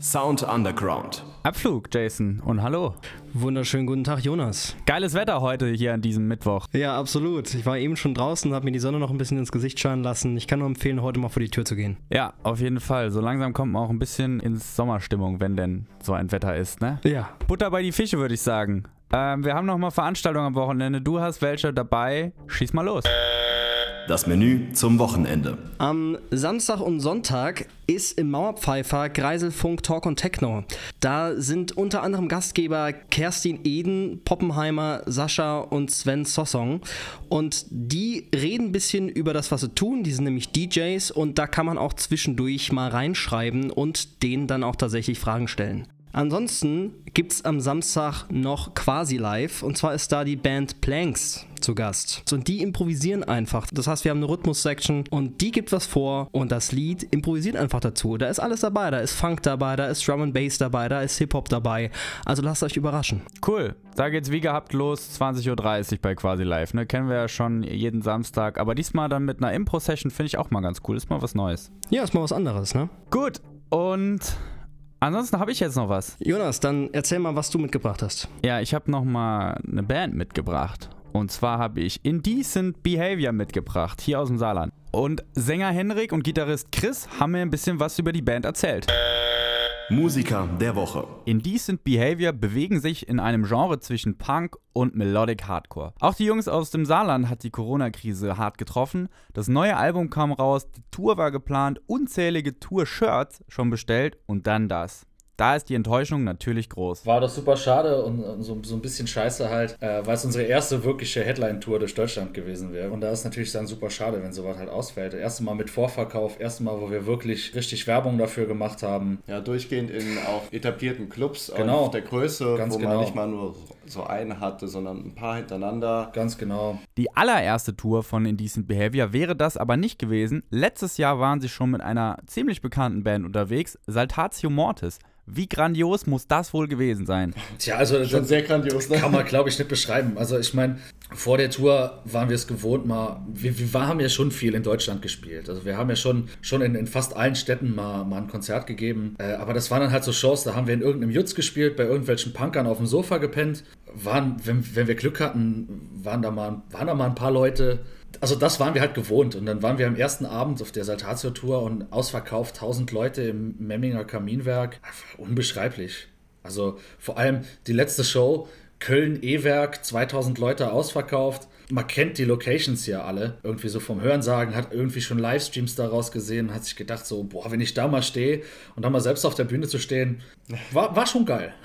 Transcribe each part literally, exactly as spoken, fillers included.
Sound Underground. Abflug, Jason, und hallo. Wunderschönen guten Tag, Jonas. Geiles Wetter heute hier an diesem Mittwoch. Ja, absolut. Ich war eben schon draußen, habe mir die Sonne noch ein bisschen ins Gesicht scheinen lassen. Ich kann nur empfehlen, heute mal vor die Tür zu gehen. Ja, auf jeden Fall. So langsam kommt man auch ein bisschen ins Sommerstimmung, wenn denn so ein Wetter ist, ne? Ja. Butter bei die Fische, würde ich sagen. Ähm, wir haben noch mal Veranstaltungen am Wochenende. Du hast welche dabei. Schieß mal los. Das Menü zum Wochenende. Am Samstag und Sonntag ist im Mauerpfeifer Greiselfunk Talk und Techno. Da sind unter anderem Gastgeber Kerstin Eden, Poppenheimer, Sascha und Sven Sossong. Und die reden ein bisschen über das, was sie tun. Die sind nämlich D Js und da kann man auch zwischendurch mal reinschreiben und denen dann auch tatsächlich Fragen stellen. Ansonsten gibt es am Samstag noch quasi live und zwar ist da die Band Planks zu Gast. Und die improvisieren einfach. Das heißt, wir haben eine Rhythmus-Section und die gibt was vor und das Lied improvisiert einfach dazu. Da ist alles dabei. Da ist Funk dabei, da ist Drum and Bass dabei, da ist Hip-Hop dabei. Also lasst euch überraschen. Cool. Da geht's wie gehabt los, zwanzig Uhr dreißig bei quasi live. Ne? Kennen wir ja schon jeden Samstag. Aber diesmal dann mit einer Impro-Session finde ich auch mal ganz cool. Ist mal was Neues. Ja, ist mal was anderes, ne? Gut. Und ansonsten habe ich jetzt noch was. Jonas, dann erzähl mal, was du mitgebracht hast. Ja, ich habe noch mal eine Band mitgebracht. Und zwar habe ich Indecent Behavior mitgebracht, hier aus dem Saarland. Und Sänger Henrik und Gitarrist Chris haben mir ein bisschen was über die Band erzählt. Musiker der Woche. Indecent Behavior bewegen sich in einem Genre zwischen Punk und Melodic Hardcore. Auch die Jungs aus dem Saarland hat die Corona-Krise hart getroffen. Das neue Album kam raus, die Tour war geplant, unzählige Tour-Shirts schon bestellt und dann das. Da ist die Enttäuschung natürlich groß. War doch super schade und, und so, so ein bisschen scheiße halt, äh, weil es unsere erste wirkliche Headline-Tour durch Deutschland gewesen wäre. Und da ist natürlich dann super schade, wenn sowas halt ausfällt. Das erste Mal mit Vorverkauf, erste Mal, wo wir wirklich richtig Werbung dafür gemacht haben. Ja, durchgehend in auch etablierten Clubs genau. auf der Größe, Ganz wo genau. man nicht mal nur so einen hatte, sondern ein paar hintereinander. Ganz genau. Die allererste Tour von Indecent Behavior wäre das aber nicht gewesen. Letztes Jahr waren sie schon mit einer ziemlich bekannten Band unterwegs, Saltatio Mortis. Wie grandios muss das wohl gewesen sein? Tja, also Schon das sehr grandios, ne? kann man, glaube ich, nicht beschreiben. Also ich meine, vor der Tour waren wir es gewohnt, mal, wir, wir haben ja schon viel in Deutschland gespielt. Also wir haben ja schon, schon in, in fast allen Städten mal, mal ein Konzert gegeben. Äh, aber das waren dann halt so Shows, da haben wir in irgendeinem Jutz gespielt, bei irgendwelchen Punkern auf dem Sofa gepennt. Waren, wenn, wenn wir Glück hatten, waren da, mal, waren da mal ein paar Leute. Also das waren wir halt gewohnt und dann waren wir am ersten Abend auf der Saltatio-Tour und ausverkauft, tausend Leute im Memminger Kaminwerk. Einfach unbeschreiblich. Also vor allem die letzte Show, Köln-E-Werk, zweitausend Leute ausverkauft. Man kennt die Locations hier alle, irgendwie so vom Hörensagen, hat irgendwie schon Livestreams daraus gesehen, hat sich gedacht so, boah, wenn ich da mal stehe und dann mal selbst auf der Bühne zu stehen, war, war schon geil.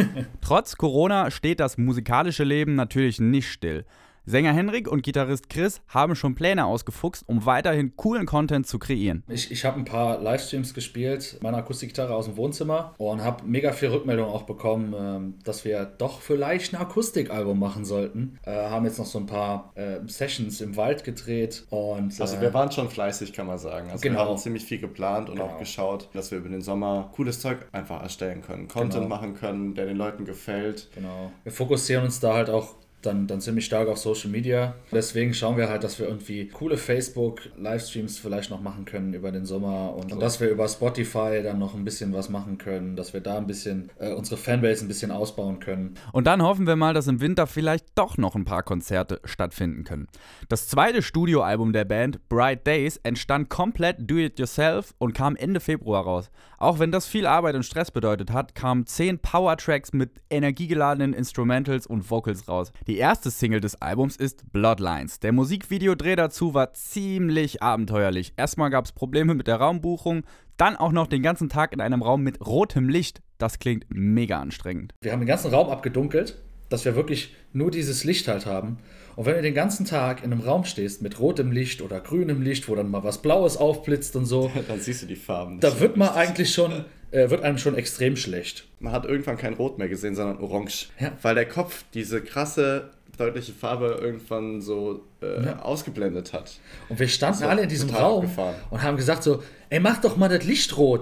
Trotz Corona steht das musikalische Leben natürlich nicht still. Sänger Henrik und Gitarrist Chris haben schon Pläne ausgefuchst, um weiterhin coolen Content zu kreieren. Ich, ich habe ein paar Livestreams gespielt, meine Akustikgitarre aus dem Wohnzimmer und habe mega viel Rückmeldung auch bekommen, dass wir doch vielleicht ein Akustikalbum machen sollten. Äh, haben jetzt noch so ein paar äh, Sessions im Wald gedreht. Und, Also äh, wir waren schon fleißig, kann man sagen. Also genau. wir haben ziemlich viel geplant und Genau. auch geschaut, dass wir über den Sommer cooles Zeug einfach erstellen können. Content Genau. machen können, der den Leuten gefällt. Genau. Wir fokussieren uns da halt auch Dann, dann ziemlich stark auf Social Media. Deswegen schauen wir halt, dass wir irgendwie coole Facebook-Livestreams vielleicht noch machen können über den Sommer und, und dass wir über Spotify dann noch ein bisschen was machen können, dass wir da ein bisschen äh, unsere Fanbase ein bisschen ausbauen können. Und dann hoffen wir mal, dass im Winter vielleicht doch noch ein paar Konzerte stattfinden können. Das zweite Studioalbum der Band, Bright Days, entstand komplett do-it-yourself und kam Ende Februar raus. Auch wenn das viel Arbeit und Stress bedeutet hat, kamen zehn Power-Tracks mit energiegeladenen Instrumentals und Vocals raus. Die erste Single des Albums ist Bloodlines. Der Musikvideodreh dazu war ziemlich abenteuerlich. Erstmal gab es Probleme mit der Raumbuchung, dann auch noch den ganzen Tag in einem Raum mit rotem Licht. Das klingt mega anstrengend. Wir haben den ganzen Raum abgedunkelt, dass wir wirklich nur dieses Licht halt haben. Und wenn du den ganzen Tag in einem Raum stehst mit rotem Licht oder grünem Licht, wo dann mal was Blaues aufblitzt und so, Dann siehst du die Farben. da wird man eigentlich schon, äh, wird einem schon extrem schlecht. Man hat irgendwann kein Rot mehr gesehen, sondern Orange. Ja. Weil der Kopf diese krasse, deutliche Farbe irgendwann so äh, Ja. ausgeblendet hat. Und wir standen So, alle in diesem total Raum abgefahren. und haben gesagt so, ey, mach doch mal das Licht rot.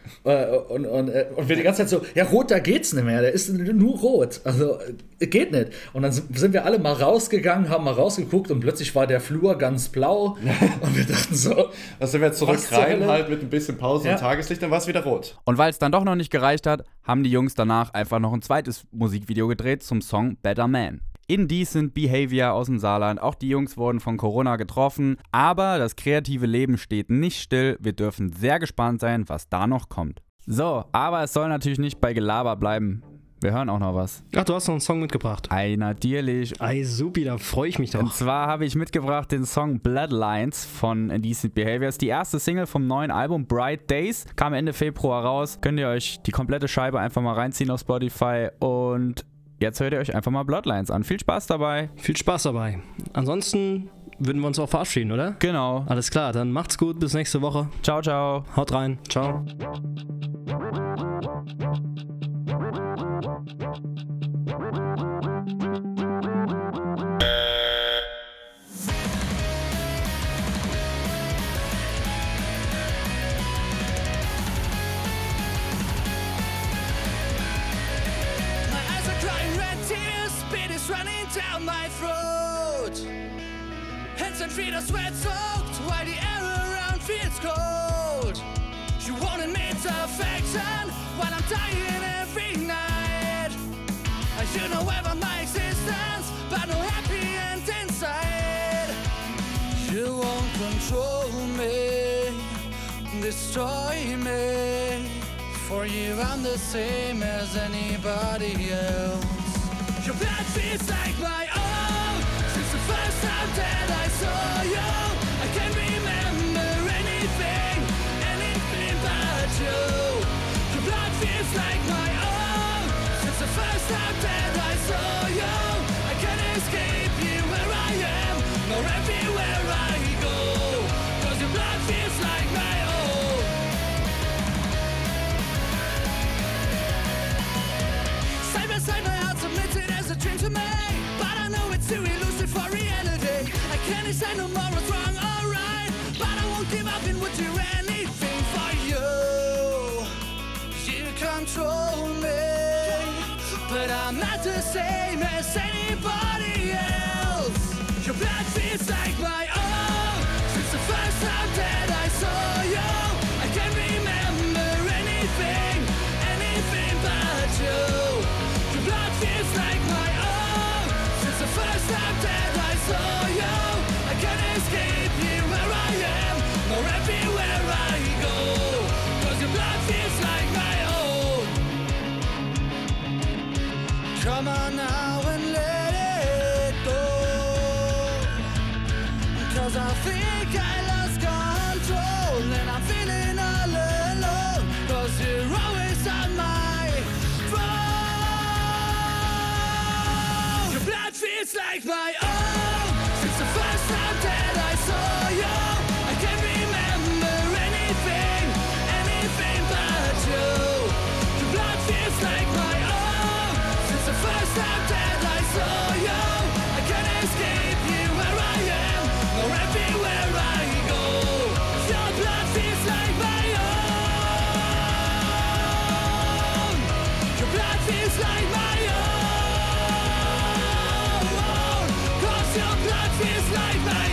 Äh, und, und, und wir die ganze Zeit so, ja, rot, da geht's nicht mehr, der ist nur rot. Also, geht nicht. Und dann sind wir alle mal rausgegangen, haben mal rausgeguckt und plötzlich war der Flur ganz blau. Und wir dachten so, da sind wir zurück was zur rein, Hölle? halt mit ein bisschen Pause Ja. und Tageslicht, dann war es wieder rot. Und weil es dann doch noch nicht gereicht hat, haben die Jungs danach einfach noch ein zweites Musikvideo gedreht zum Song Better Man. Indecent Behavior aus dem Saarland. Auch die Jungs wurden von Corona getroffen. Aber das kreative Leben steht nicht still. Wir dürfen sehr gespannt sein, was da noch kommt. So, aber es soll natürlich nicht bei Gelaber bleiben. Wir hören auch noch was. Ach, du hast noch einen Song mitgebracht. Ei, natürlich. Ei, supi, da freue ich mich Und doch. zwar habe ich mitgebracht den Song Bloodlines von Indecent Behavior. Ist die erste Single vom neuen Album Bright Days. Kam Ende Februar raus. Könnt ihr euch die komplette Scheibe einfach mal reinziehen auf Spotify. Und jetzt hört ihr euch einfach mal Bloodlines an. Viel Spaß dabei. Viel Spaß dabei. Ansonsten würden wir uns auch verabschieden, oder? Genau. Alles klar, dann macht's gut, bis nächste Woche. Ciao, ciao. Haut rein. Ciao. My eyes are crying red tears, spit is running down my throat. Hands and feet are sweat soaked, while the air around feels cold. You wanted me to affection, while I'm dying every night. You know about my existence, but no happy end inside. You won't control me, destroy me. For you, I'm the same as anybody else. Your blood feels like my own. Since the first time that I saw you, I can't remember anything, anything but you. Your blood feels like my own. Since the first time that I saw you, I can't escape you where I am, nor everywhere I go. Cause your blood feels like my own. Side by side, my heart's submitted as a dream to me, but I know it's too elusive for reality. I can't decide no more what's wrong or right, but I won't give up and would do anything for you. You control me, but I'm not the same as anybody else. Your blood feels like my own. Since the first time that I saw you, I can't remember anything, anything but you. Your blood feels like my own. Since the first time that I saw you, I can't escape you where I am, nor everywhere I go. Cause your blood feels like my own. Come on now and let it go. Cause I think I lost control, and I'm feeling all alone. Cause you're always on my phone. Your blood feels like my own. Since the first time that I saw you, I can't remember anything, anything but you. Your blood feels like my own. Since the first time that I saw you, I can't escape you where I am, nor everywhere I go. Your blood feels like my own. Your blood feels like my own. Cause your blood feels like my